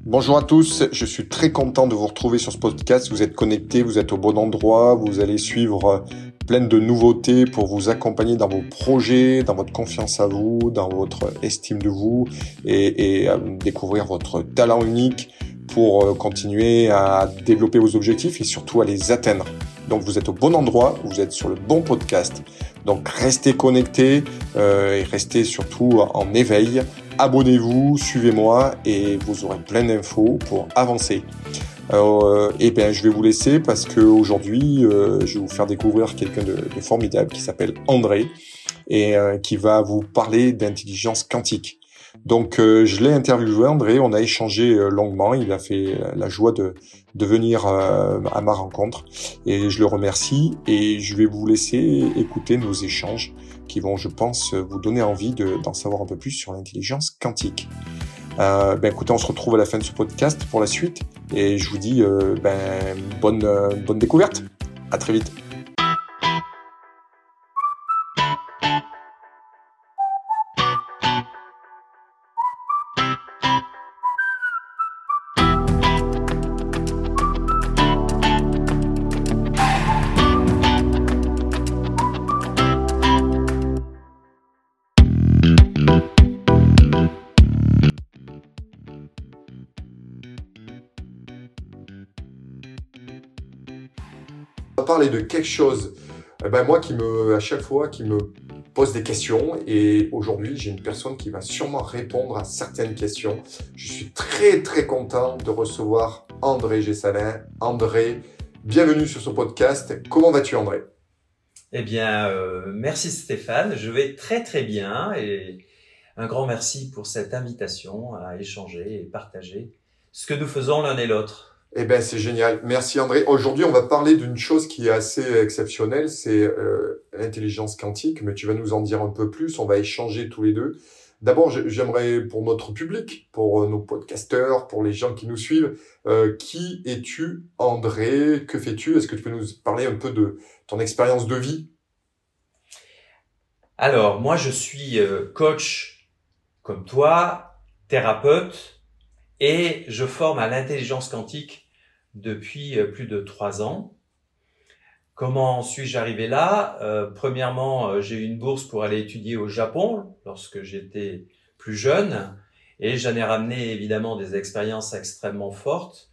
Bonjour à tous, je suis très content de vous retrouver sur ce podcast. Vous êtes connectés, vous êtes au bon endroit, vous allez suivre plein de nouveautés pour vous accompagner dans vos projets, dans votre confiance à vous, dans votre estime de vous et découvrir votre talent unique pour continuer à développer vos objectifs et surtout à les atteindre. Donc vous êtes au bon endroit, vous êtes sur le bon podcast. Donc restez connectés et restez surtout en éveil. Abonnez-vous, suivez-moi et vous aurez plein d'infos pour avancer. Je vais vous laisser parce que aujourd'hui, je vais vous faire découvrir quelqu'un de formidable qui s'appelle André et qui va vous parler d'intelligence quantique. Donc, je l'ai interviewé, André, on a échangé longuement, il a fait la joie de venir à ma rencontre et je le remercie et je vais vous laisser écouter nos échanges qui vont, je pense, vous donner envie d'en savoir un peu plus sur l'intelligence quantique. Écoutez, on se retrouve à la fin de ce podcast pour la suite et je vous dis bonne découverte. À très vite. On va parler de quelque chose, moi à chaque fois, qui me pose des questions et aujourd'hui, j'ai une personne qui va sûrement répondre à certaines questions. Je suis très très content de recevoir André Gessalin. André, bienvenue sur ce podcast. Comment vas-tu, André ? Eh bien, merci Stéphane, je vais très très bien et un grand merci pour cette invitation à échanger et partager ce que nous faisons l'un et l'autre. C'est génial. Merci André. Aujourd'hui, on va parler d'une chose qui est assez exceptionnelle, c'est l'intelligence quantique, mais tu vas nous en dire un peu plus, on va échanger tous les deux. D'abord, j'aimerais pour notre public, pour nos podcasteurs, pour les gens qui nous suivent, qui es-tu, André ? Que fais-tu ? Est-ce que tu peux nous parler un peu de ton expérience de vie ? Alors, moi je suis coach comme toi, thérapeute, et je forme à l'intelligence quantique depuis plus de 3 ans. Comment suis-je arrivé là ? Premièrement, j'ai eu une bourse pour aller étudier au Japon lorsque j'étais plus jeune et j'en ai ramené évidemment des expériences extrêmement fortes,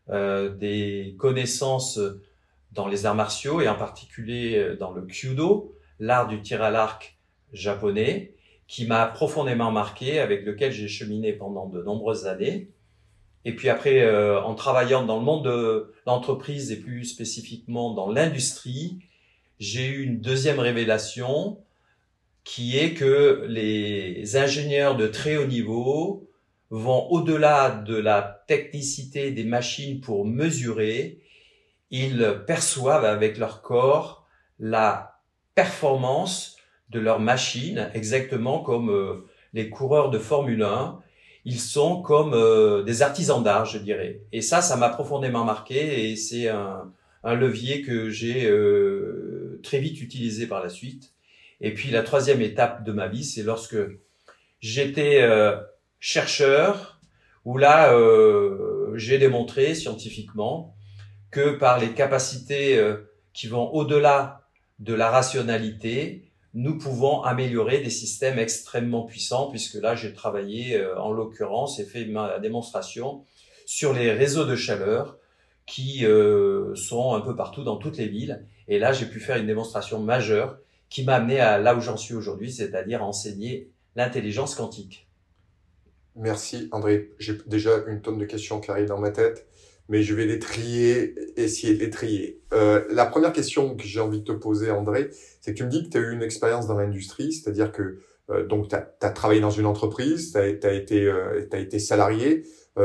des connaissances dans les arts martiaux et en particulier dans le Kyudo, l'art du tir à l'arc japonais, qui m'a profondément marqué, avec lequel j'ai cheminé pendant de nombreuses années. Et puis après, en travaillant dans le monde de l'entreprise et plus spécifiquement dans l'industrie, j'ai eu une deuxième révélation qui est que les ingénieurs de très haut niveau vont au-delà de la technicité des machines pour mesurer. Ils perçoivent avec leur corps la performance de leur machine, exactement comme les coureurs de Formule 1. Ils sont comme des artisans d'art, je dirais. Et ça m'a profondément marqué et c'est un levier que j'ai très vite utilisé par la suite. Et puis la troisième étape de ma vie, c'est lorsque j'étais chercheur, où là, j'ai démontré scientifiquement que par les capacités qui vont au-delà de la rationalité, nous pouvons améliorer des systèmes extrêmement puissants, puisque là, j'ai travaillé, en l'occurrence, et fait ma démonstration sur les réseaux de chaleur qui sont un peu partout dans toutes les villes. Et là, j'ai pu faire une démonstration majeure qui m'a amené à là où j'en suis aujourd'hui, c'est-à-dire enseigner l'intelligence quantique. Merci André. J'ai déjà une tonne de questions qui arrivent dans ma tête, mais je vais les trier, essayer de les trier. La première question que j'ai envie de te poser, André, c'est que tu me dis que tu as eu une expérience dans l'industrie, c'est-à-dire que donc tu as travaillé dans une entreprise, tu as été salarié,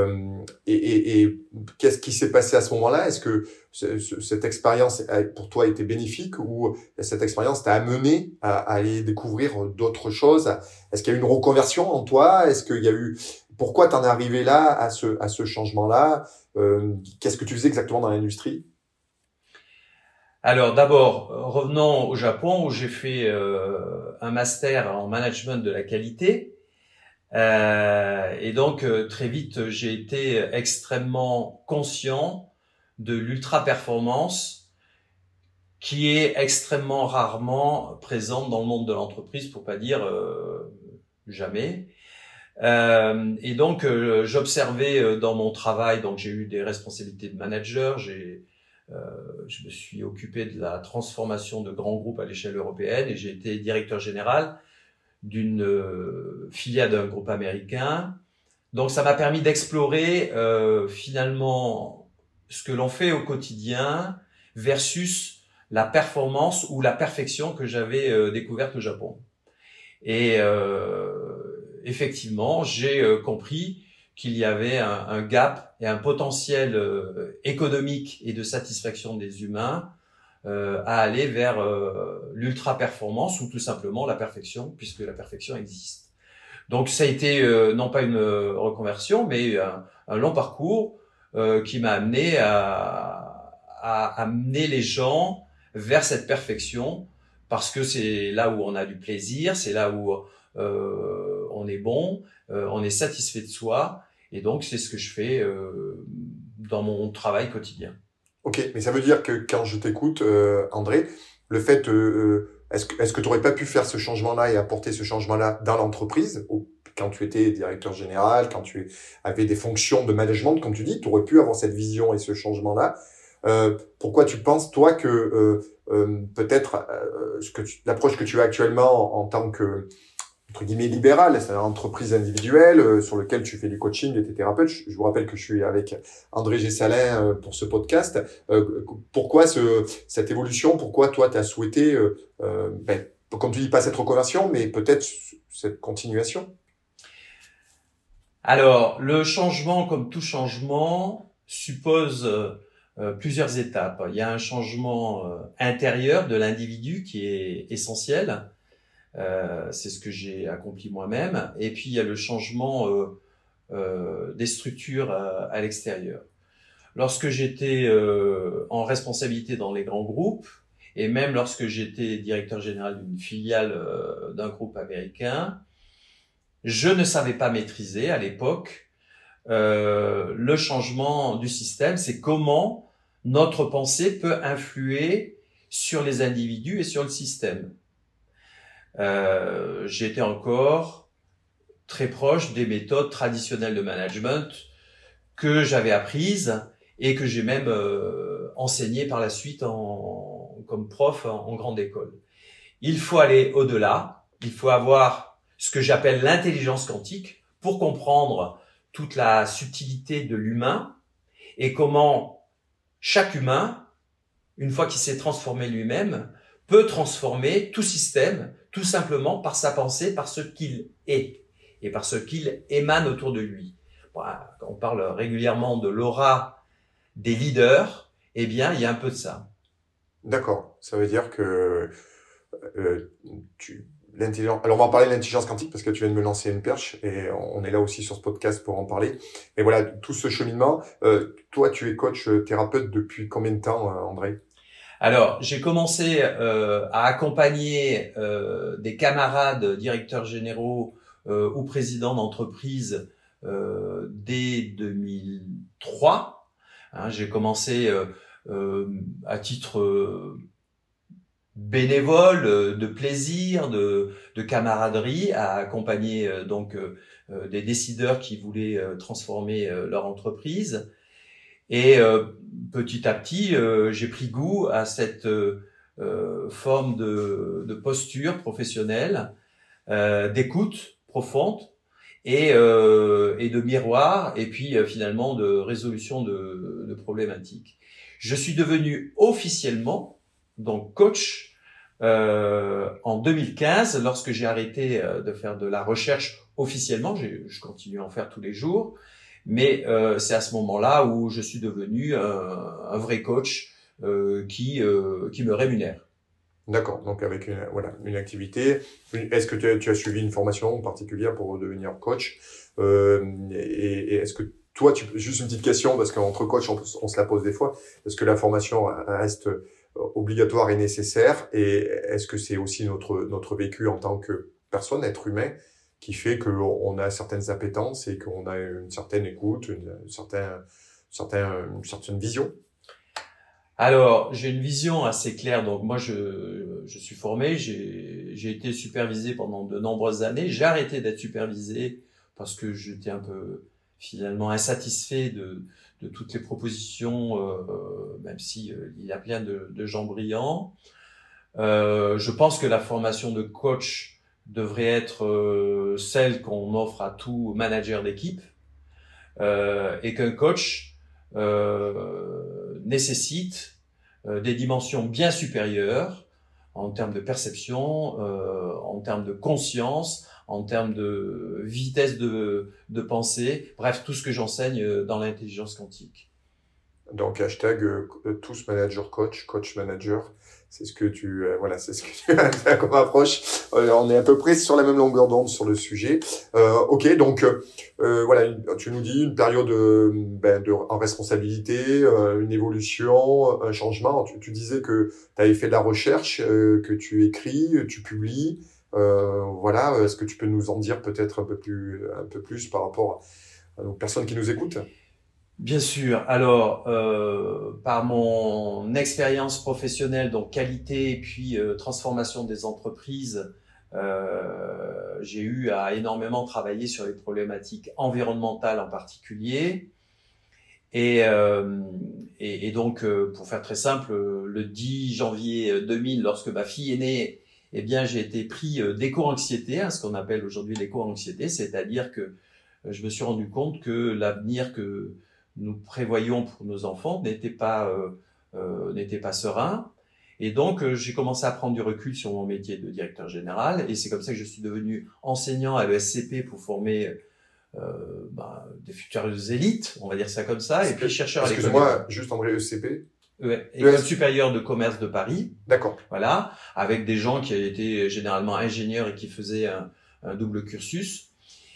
et qu'est-ce qui s'est passé à ce moment-là ? Est-ce que cette expérience pour toi a été bénéfique ou cette expérience t'a amené à aller découvrir d'autres choses ? Est-ce qu'il y a eu une reconversion en toi ? Est-ce qu'il y a eu pourquoi t'en es arrivé là à ce changement-là ? Qu'est-ce que tu faisais exactement dans l'industrie ? Alors d'abord, revenons au Japon où j'ai fait un master en management de la qualité. Et donc très vite, j'ai été extrêmement conscient de l'ultra-performance qui est extrêmement rarement présente dans le monde de l'entreprise, pour pas dire jamais. Et donc j'observais dans mon travail, donc j'ai eu des responsabilités de manager, je me suis occupé de la transformation de grands groupes à l'échelle européenne et j'ai été directeur général d'une filiale d'un groupe américain. Donc ça m'a permis d'explorer finalement ce que l'on fait au quotidien versus la performance ou la perfection que j'avais découverte au Japon. Et effectivement, j'ai compris qu'il y avait un gap et un potentiel économique et de satisfaction des humains à aller vers l'ultra-performance ou tout simplement la perfection, puisque la perfection existe. Donc ça a été non pas une reconversion, mais un long parcours qui m'a amené à amener les gens vers cette perfection, parce que c'est là où on a du plaisir, c'est là où on est bon, on est satisfait de soi, et donc c'est ce que je fais dans mon travail quotidien. Ok, mais ça veut dire que quand je t'écoute, André, le fait, est-ce que tu aurais pas pu faire ce changement-là et apporter ce changement-là dans l'entreprise, quand tu étais directeur général, quand tu avais des fonctions de management, comme tu dis, tu aurais pu avoir cette vision et ce changement-là. Pourquoi tu penses, toi, que peut-être l'approche que tu as actuellement en tant que entre guillemets libérale, c'est une entreprise individuelle sur lequel tu fais du coaching et t'es thérapeute. Je vous rappelle que je suis avec André Gessalin pour ce podcast. Pourquoi cette évolution? Pourquoi toi tu as souhaité, comme tu dis, pas cette reconversion, mais peut-être cette continuation? Alors, le changement, comme tout changement, suppose plusieurs étapes. Il y a un changement intérieur de l'individu qui est essentiel. C'est ce que j'ai accompli moi-même. Et puis, il y a le changement des structures à l'extérieur. Lorsque j'étais en responsabilité dans les grands groupes, et même lorsque j'étais directeur général d'une filiale d'un groupe américain, je ne savais pas maîtriser à l'époque le changement du système. C'est comment notre pensée peut influer sur les individus et sur le système. J'étais encore très proche des méthodes traditionnelles de management que j'avais apprises et que j'ai même enseigné par la suite comme prof en grande école. Il faut aller au-delà, il faut avoir ce que j'appelle l'intelligence quantique pour comprendre toute la subtilité de l'humain et comment chaque humain, une fois qu'il s'est transformé lui-même, peut transformer tout système tout simplement par sa pensée, par ce qu'il est et par ce qu'il émane autour de lui. On parle régulièrement de l'aura des leaders, eh bien, il y a un peu de ça. D'accord. Ça veut dire que l'intelligence. Alors, on va en parler de l'intelligence quantique parce que tu viens de me lancer une perche et on est là aussi sur ce podcast pour en parler. Mais voilà, tout ce cheminement. Toi, tu es coach thérapeute depuis combien de temps, André? Alors, j'ai commencé à accompagner des camarades directeurs généraux ou présidents d'entreprise dès 2003. J'ai commencé à titre bénévole, de plaisir, de camaraderie, à accompagner des décideurs qui voulaient transformer leur entreprise. Et petit à petit, j'ai pris goût à cette forme de posture professionnelle, d'écoute profonde et de miroir, et puis finalement de résolution de problématiques. Je suis devenu officiellement donc coach en 2015, lorsque j'ai arrêté de faire de la recherche officiellement. Je continue à en faire tous les jours. Mais c'est à ce moment-là où je suis devenu un vrai coach qui me rémunère. D'accord. Donc avec une activité. Est-ce que tu as suivi une formation particulière pour devenir coach et est-ce que toi, juste une petite question parce qu'entre coach on se la pose des fois. Est-ce que la formation reste obligatoire et nécessaire et est-ce que c'est aussi notre vécu en tant que personne, être humain? qui fait qu'on a certaines appétences et qu'on a une certaine écoute, une certaine vision? Alors, j'ai une vision assez claire. Donc, moi, je suis formé, j'ai été supervisé pendant de nombreuses années. J'ai arrêté d'être supervisé parce que j'étais un peu finalement insatisfait de toutes les propositions, même si il y a plein de gens brillants. Je pense que la formation de coach devrait être celle qu'on offre à tout manager d'équipe, et qu'un coach nécessite des dimensions bien supérieures en termes de perception, en termes de conscience, en termes de vitesse de pensée, bref, tout ce que j'enseigne dans l'intelligence quantique. Donc hashtag tous manager coach, coach manager, c'est ce que voilà, c'est ce que tu as comme approche. On est à peu près sur la même longueur d'onde sur le sujet. Ok, donc voilà, tu nous dis une période en responsabilité, une évolution, un changement. Tu disais que tu avais fait de la recherche, que tu écris, tu publies. Voilà, est-ce que tu peux nous en dire peut-être un peu plus par rapport aux personnes qui nous écoutent? Bien sûr. Alors, par mon expérience professionnelle, donc qualité et puis transformation des entreprises, j'ai eu à énormément travailler sur les problématiques environnementales en particulier. Et donc, pour faire très simple, le 10 janvier 2000, lorsque ma fille est née, eh bien, j'ai été pris d'éco-anxiété, ce qu'on appelle aujourd'hui l'éco-anxiété, c'est-à-dire que je me suis rendu compte que l'avenir que nous prévoyons pour nos enfants n'était pas serein. Et donc, j'ai commencé à prendre du recul sur mon métier de directeur général. Et c'est comme ça que je suis devenu enseignant à l'ESCP pour former des futures élites, on va dire ça comme ça. Et puis chercheur à l'école. Excuse-moi, juste André, ESCP. Ouais, École supérieure de commerce de Paris. D'accord. Voilà, avec des gens qui étaient généralement ingénieurs et qui faisaient un double cursus.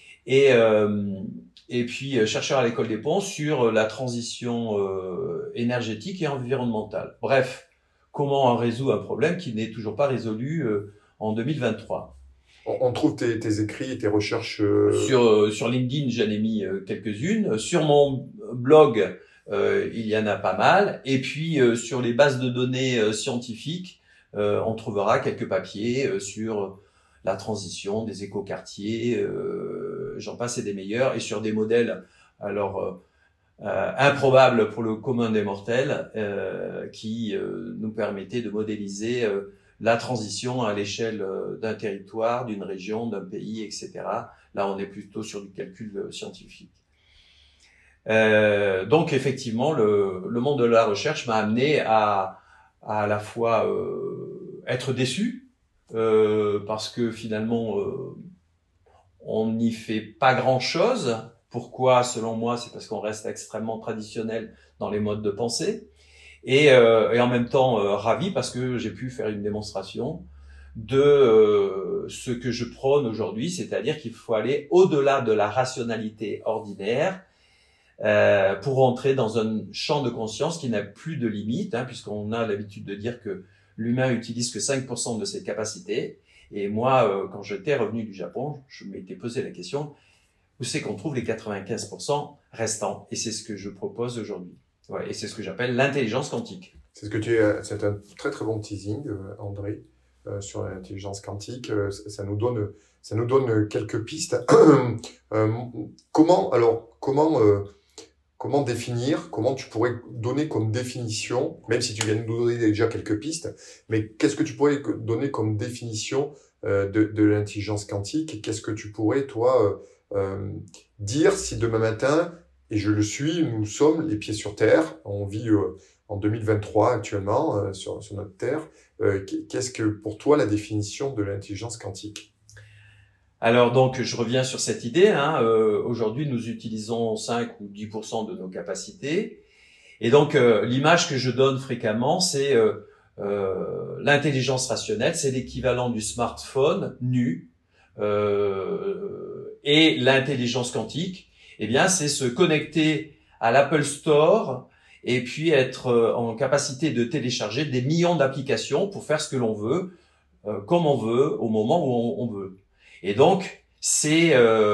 Et puis chercheur à l'école des ponts sur la transition énergétique et environnementale. Bref, comment on résout un problème qui n'est toujours pas résolu en 2023. On trouve tes écrits et tes recherches sur LinkedIn, j'en ai mis quelques-unes. Sur mon blog, il y en a pas mal. Et puis sur les bases de données scientifiques, on trouvera quelques papiers sur la transition des écoquartiers, j'en passe et des meilleurs, et sur des modèles alors improbables pour le commun des mortels, qui nous permettaient de modéliser la transition à l'échelle d'un territoire, d'une région, d'un pays, etc. Là, on est plutôt sur du calcul scientifique. Donc, effectivement, le monde de la recherche m'a amené à la fois être déçu, parce que finalement on n'y fait pas grand-chose. Pourquoi? Selon moi, c'est parce qu'on reste extrêmement traditionnel dans les modes de pensée, et en même temps ravi parce que j'ai pu faire une démonstration de ce que je prône aujourd'hui, c'est-à-dire qu'il faut aller au-delà de la rationalité ordinaire pour entrer dans un champ de conscience qui n'a plus de limite, puisqu'on a l'habitude de dire que l'humain utilise que 5% de ses capacités. Et moi, quand j'étais revenu du Japon, je m'étais posé la question, où c'est qu'on trouve les 95% restants? Et c'est ce que je propose aujourd'hui. Ouais, et c'est ce que j'appelle l'intelligence quantique. C'est un très très bon teasing, André, sur l'intelligence quantique. Ça nous donne quelques pistes. Comment définir, comment tu pourrais donner comme définition, même si tu viens de nous donner déjà quelques pistes, mais qu'est-ce que tu pourrais donner comme définition de l'intelligence quantique? Qu'est-ce que tu pourrais, toi, dire si demain matin, et je le suis, nous sommes les pieds sur terre, on vit en 2023 actuellement sur notre terre, qu'est-ce que pour toi la définition de l'intelligence quantique? Alors donc, je reviens sur cette idée. Aujourd'hui, nous utilisons 5 ou 10% de nos capacités. Et donc, l'image que je donne fréquemment, c'est l'intelligence rationnelle. C'est l'équivalent du smartphone nu. Et l'intelligence quantique, eh bien, c'est se connecter à l'Apple Store et puis être en capacité de télécharger des millions d'applications pour faire ce que l'on veut, comme on veut, au moment où on veut. Et donc, c'est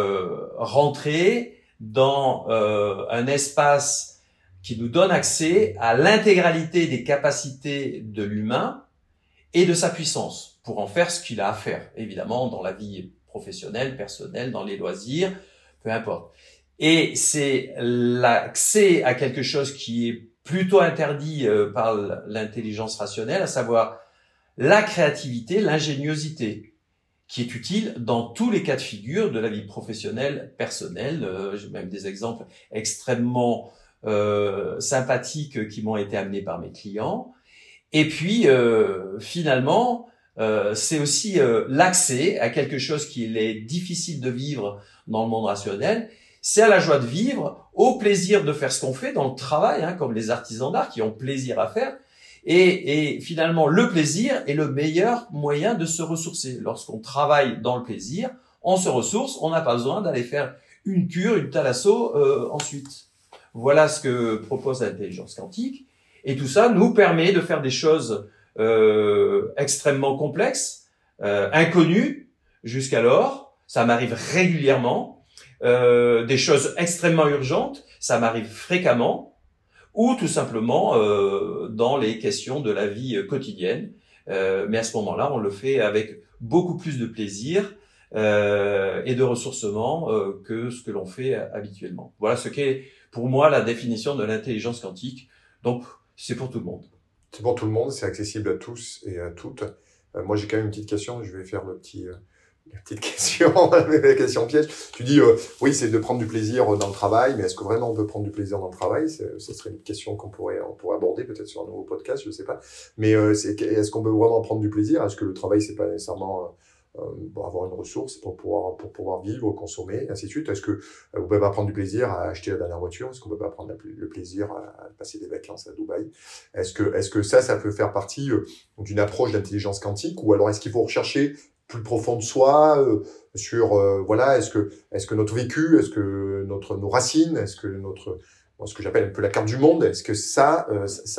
rentrer dans un espace qui nous donne accès à l'intégralité des capacités de l'humain et de sa puissance pour en faire ce qu'il a à faire, évidemment, dans la vie professionnelle, personnelle, dans les loisirs, peu importe. Et c'est l'accès à quelque chose qui est plutôt interdit par l'intelligence rationnelle, à savoir la créativité, l'ingéniosité, qui est utile dans tous les cas de figure de la vie professionnelle, personnelle. J'ai même des exemples extrêmement sympathiques qui m'ont été amenés par mes clients. Et puis, finalement, c'est aussi l'accès à quelque chose qu'il est difficile de vivre dans le monde rationnel. C'est à la joie de vivre, au plaisir de faire ce qu'on fait dans le travail, comme les artisans d'art qui ont plaisir à faire. Et finalement, le plaisir est le meilleur moyen de se ressourcer. Lorsqu'on travaille dans le plaisir, on se ressource, on n'a pas besoin d'aller faire une cure, une thalasso ensuite. Voilà ce que propose l'intelligence quantique. Et tout ça nous permet de faire des choses extrêmement complexes, inconnues jusqu'alors. Ça m'arrive régulièrement. Des choses extrêmement urgentes, ça m'arrive fréquemment. Ou tout simplement dans les questions de la vie quotidienne. Mais à ce moment-là, on le fait avec beaucoup plus de plaisir et de ressourcement que ce que l'on fait habituellement. Voilà ce qu'est pour moi la définition de l'intelligence quantique. Donc, c'est pour tout le monde. C'est pour tout le monde, c'est accessible à tous et à toutes. Moi, j'ai quand même une petite question, je vais faire la petite question, la question piège. Tu dis, oui, c'est de prendre du plaisir dans le travail, mais est-ce que vraiment on peut prendre du plaisir dans le travail? Ce serait une question qu'on pourrait aborder peut-être sur un nouveau podcast, je sais pas. Mais est-ce qu'on peut vraiment prendre du plaisir? Est-ce que le travail, c'est pas nécessairement avoir une ressource pour pouvoir vivre, consommer, ainsi de suite? Est-ce que on peut pas prendre du plaisir à acheter la dernière voiture? Est-ce qu'on peut pas prendre le plaisir à passer des vacances à Dubaï? Est-ce que ça peut faire partie d'une approche d'intelligence quantique, ou alors est-ce qu'il faut rechercher plus profond de soi, sur voilà, est-ce que notre vécu, est-ce que nos racines, est-ce que ce que j'appelle un peu la carte du monde, est-ce que ça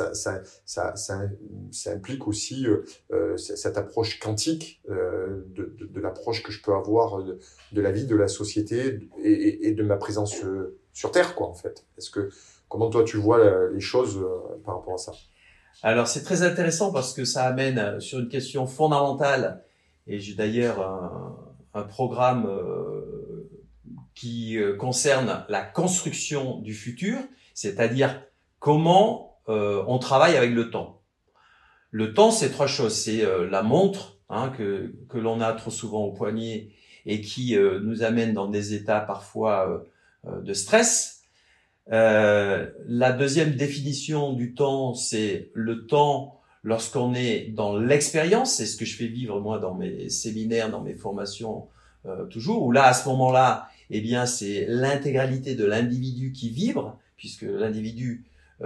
implique aussi cette approche quantique de l'approche que je peux avoir de la vie, de la société et de ma présence sur Terre, quoi, en fait. Comment toi tu vois les choses par rapport à ça? Alors c'est très intéressant parce que ça amène sur une question fondamentale. Et j'ai d'ailleurs un programme qui concerne la construction du futur, c'est-à-dire comment on travaille avec le temps. Le temps, c'est trois choses. C'est la montre que l'on a trop souvent au poignet et qui nous amène dans des états parfois de stress. La deuxième définition du temps, c'est le temps lorsqu'on est dans l'expérience. C'est ce que je fais vivre moi dans mes séminaires, dans mes formations toujours, où là, à ce moment-là, eh bien, c'est l'intégralité de l'individu qui vibre, puisque l'individu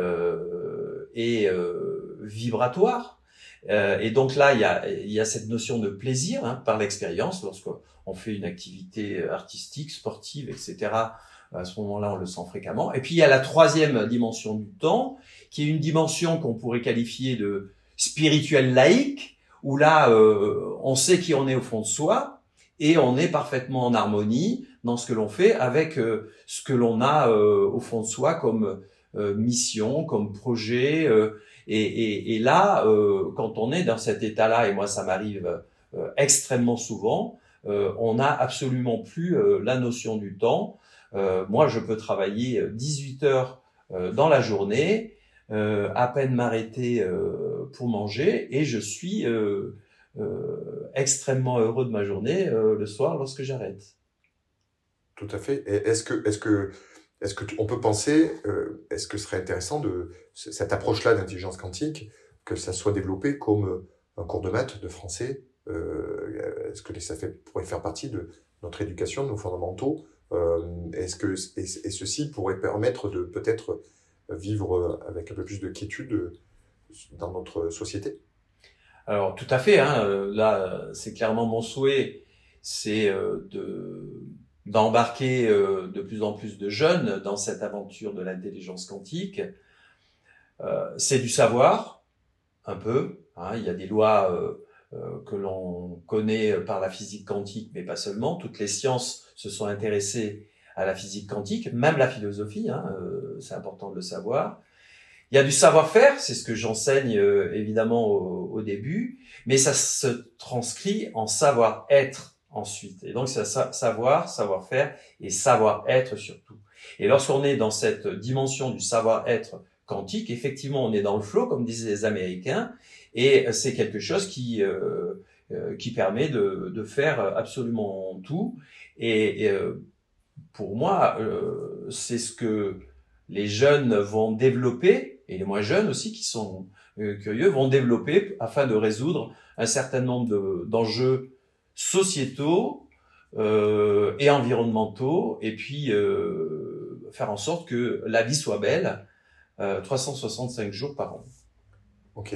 est vibratoire. Et donc là, il y a cette notion de plaisir par l'expérience, lorsqu'on fait une activité artistique, sportive, etc. À ce moment-là, on le sent fréquemment. Et puis, il y a la troisième dimension du temps, qui est une dimension qu'on pourrait qualifier de spirituelle laïque, où là, on sait qui on est au fond de soi, et on est parfaitement en harmonie dans ce que l'on fait avec ce que l'on a au fond de soi comme mission, comme projet. Et là, quand on est dans cet état-là, et moi ça m'arrive extrêmement souvent, on n'a absolument plus la notion du temps. Moi, je peux travailler 18 heures dans la journée, à peine m'arrêter pour manger, et je suis extrêmement heureux de ma journée le soir lorsque j'arrête. Tout à fait. Et est-ce que on peut penser, est-ce que ce serait intéressant cette approche-là d'intelligence quantique, que ça soit développé comme un cours de maths, de français? Est-ce que pourrait faire partie de notre éducation, de nos fondamentaux? Et ceci pourrait permettre de peut-être vivre avec un peu plus de quiétude dans notre société? Alors tout à fait, là c'est clairement mon souhait, c'est d'embarquer de plus en plus de jeunes dans cette aventure de l'intelligence quantique. C'est du savoir, un peu, il y a des lois que l'on connaît par la physique quantique, mais pas seulement. Toutes les sciences se sont intéressées à la physique quantique, même la philosophie, c'est important de le savoir. Il y a du savoir-faire, c'est ce que j'enseigne évidemment au début, mais ça se transcrit en savoir-être ensuite. Et donc c'est savoir, savoir-faire et savoir-être surtout. Et lorsqu'on est dans cette dimension du savoir-être quantique, effectivement on est dans le flow, comme disaient les Américains, et c'est quelque chose qui permet de faire absolument tout. Et pour moi, c'est ce que les jeunes vont développer, et les moins jeunes aussi qui sont curieux, vont développer afin de résoudre un certain nombre d'enjeux sociétaux et environnementaux, et puis faire en sorte que la vie soit belle 365 jours par an. Ok,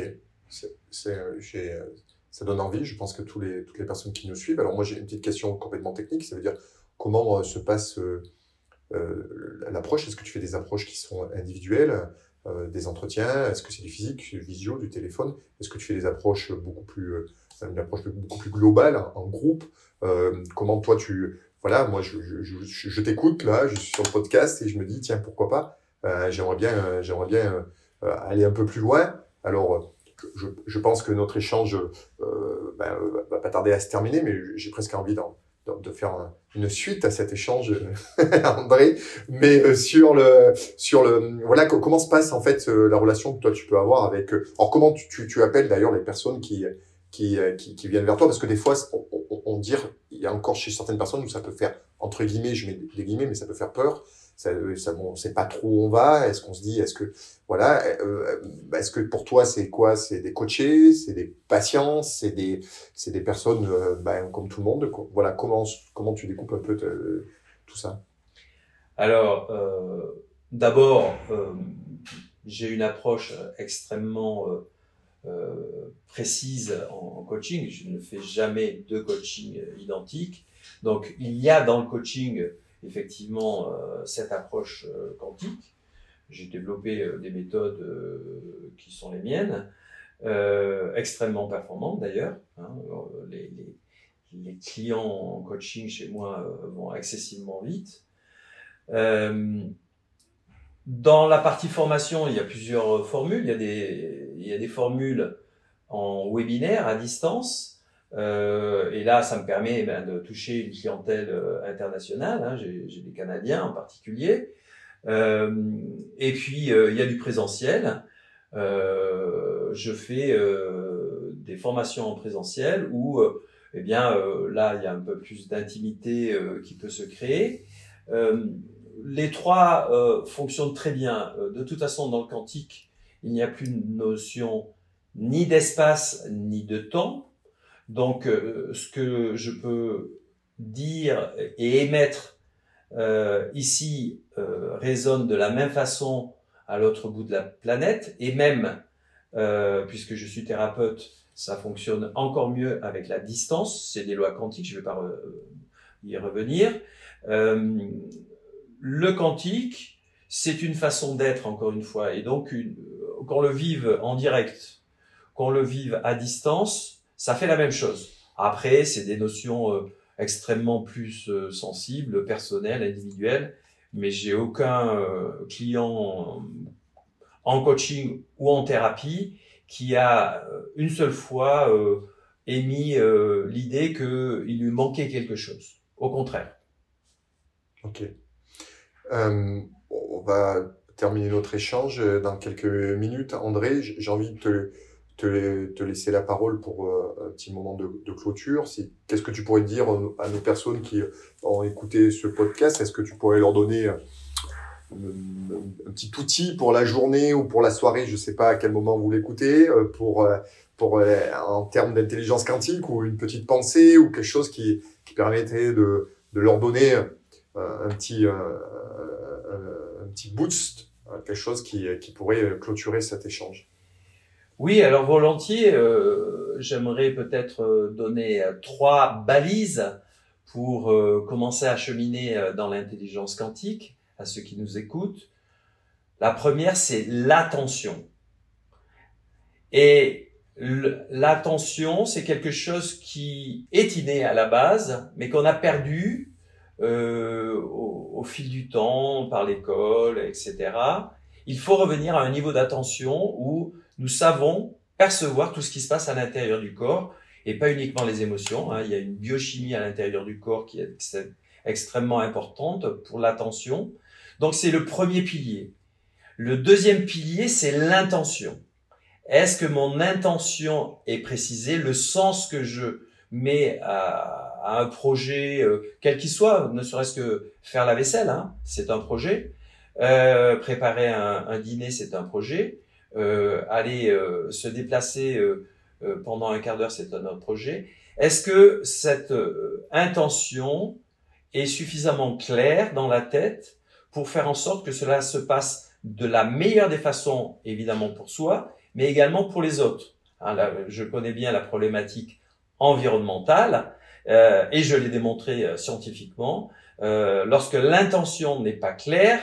ça donne envie, je pense que toutes les personnes qui nous suivent. Alors moi j'ai une petite question complètement technique, ça veut dire comment se passe l'approche? Est-ce que tu fais des approches qui sont individuelles, des entretiens? Est-ce que c'est du physique, du visio, du téléphone? Est-ce que tu fais des approches une approche beaucoup plus globale, en groupe? Comment toi voilà, moi je t'écoute là, je suis sur le podcast et je me dis tiens pourquoi pas, j'aimerais bien aller un peu plus loin. Alors je pense que notre échange va pas tarder à se terminer, mais j'ai presque envie de faire une suite à cet échange, André, mais voilà, comment se passe en fait la relation que toi tu peux avoir avec. Alors comment tu appelles d'ailleurs les personnes qui viennent vers toi, parce que des fois on dit, il y a encore chez certaines personnes où ça peut faire, entre guillemets, je mets des guillemets, mais ça peut faire peur. Bon, on sait pas trop où on va. Est-ce qu'on se dit, est-ce que pour toi c'est quoi? C'est des coachés, c'est des patients, c'est des personnes comme tout le monde, quoi. Voilà, comment tu découpes un peu tout ça? Alors, d'abord, j'ai une approche extrêmement précise en coaching. Je ne fais jamais de coaching identique. Donc, il y a dans le coaching effectivement cette approche quantique. J'ai développé des méthodes qui sont les miennes, extrêmement performantes d'ailleurs. Les clients en coaching chez moi vont excessivement vite. Dans la partie formation, il y a plusieurs formules. Il y a des formules en webinaire à distance. Et là, ça me permet de toucher une clientèle internationale. J'ai des Canadiens en particulier. Et puis, il y a du présentiel. Je fais des formations en présentiel où, là, il y a un peu plus d'intimité qui peut se créer. Les trois fonctionnent très bien. De toute façon, dans le quantique, il n'y a plus de notion ni d'espace ni de temps. Donc, ce que je peux dire et émettre ici résonne de la même façon à l'autre bout de la planète, et même, puisque je suis thérapeute, ça fonctionne encore mieux avec la distance. C'est des lois quantiques, je ne vais pas y revenir. Le quantique, c'est une façon d'être, encore une fois, et donc qu'on le vive en direct, qu'on le vive à distance, ça fait la même chose. Après, c'est des notions extrêmement plus sensibles, personnelles, individuelles, mais j'ai aucun client en coaching ou en thérapie qui a une seule fois émis l'idée qu'il lui manquait quelque chose. Au contraire. Ok. On va terminer notre échange dans quelques minutes. André, j'ai envie de te laisser la parole pour un petit moment de clôture. Qu'est-ce que tu pourrais dire à nos personnes qui ont écouté ce podcast? Est-ce que tu pourrais leur donner un petit outil pour la journée ou pour la soirée? Je ne sais pas à quel moment vous l'écoutez, en termes d'intelligence quantique, ou une petite pensée ou quelque chose qui permettrait de leur donner un petit boost, quelque chose qui pourrait clôturer cet échange. Oui, alors volontiers, j'aimerais peut-être donner 3 balises pour commencer à cheminer dans l'intelligence quantique à ceux qui nous écoutent. La première, c'est l'attention. Et L'attention, c'est quelque chose qui est inné à la base, mais qu'on a perdu au fil du temps, par l'école, etc. Il faut revenir à un niveau d'attention où nous savons percevoir tout ce qui se passe à l'intérieur du corps et pas uniquement les émotions. Il y a une biochimie à l'intérieur du corps qui est extrêmement importante pour l'attention. Donc c'est le premier pilier. Le deuxième pilier, c'est l'intention. Est-ce que mon intention est précisée, le sens que je mets à un projet, quel qu'il soit, ne serait-ce que faire la vaisselle, c'est un projet. Préparer un dîner, c'est un projet. Aller se déplacer pendant un quart d'heure, c'est un autre projet. Est-ce que cette intention est suffisamment claire dans la tête pour faire en sorte que cela se passe de la meilleure des façons, évidemment pour soi, mais également pour les autres. Là, je connais bien la problématique environnementale et je l'ai démontré scientifiquement. Lorsque l'intention n'est pas claire,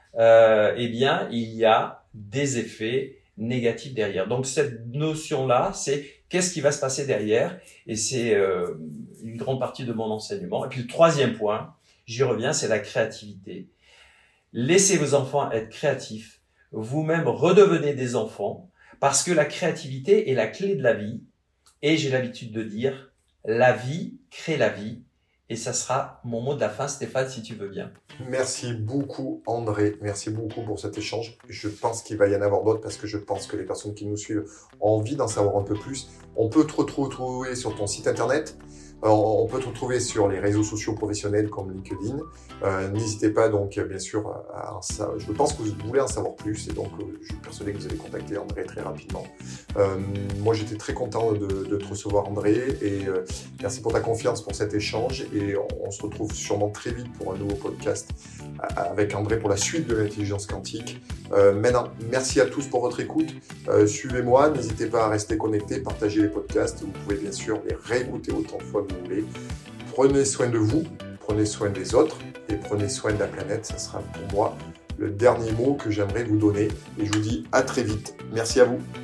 eh bien, il y a des effets négatifs derrière. Donc cette notion-là, c'est qu'est-ce qui va se passer derrière, et c'est une grande partie de mon enseignement. Et puis le troisième point, j'y reviens, c'est la créativité. Laissez vos enfants être créatifs. Vous-même redevenez des enfants, parce que la créativité est la clé de la vie. Et j'ai l'habitude de dire, la vie crée la vie. Et ça sera mon mot de la fin, Stéphane, si tu veux bien. Merci beaucoup, André. Merci beaucoup pour cet échange. Je pense qu'il va y en avoir d'autres parce que je pense que les personnes qui nous suivent ont envie d'en savoir un peu plus. On peut te retrouver sur ton site internet. On peut te retrouver sur les réseaux sociaux professionnels comme LinkedIn. N'hésitez pas donc, bien sûr, je pense que vous voulez en savoir plus et donc je suis persuadé que vous allez contacter André très rapidement. Moi, j'étais très content de te recevoir, André, et merci pour ta confiance pour cet échange et on se retrouve sûrement très vite pour un nouveau podcast avec André pour la suite de l'intelligence quantique. Maintenant, merci à tous pour votre écoute. Suivez-moi, n'hésitez pas à rester connectés, partagez les podcasts. Vous pouvez bien sûr les réécouter autant de fois que vous voulez. Prenez soin de vous, prenez soin des autres et prenez soin de la planète. Ça sera pour moi le dernier mot que j'aimerais vous donner. Et je vous dis à très vite. Merci à vous.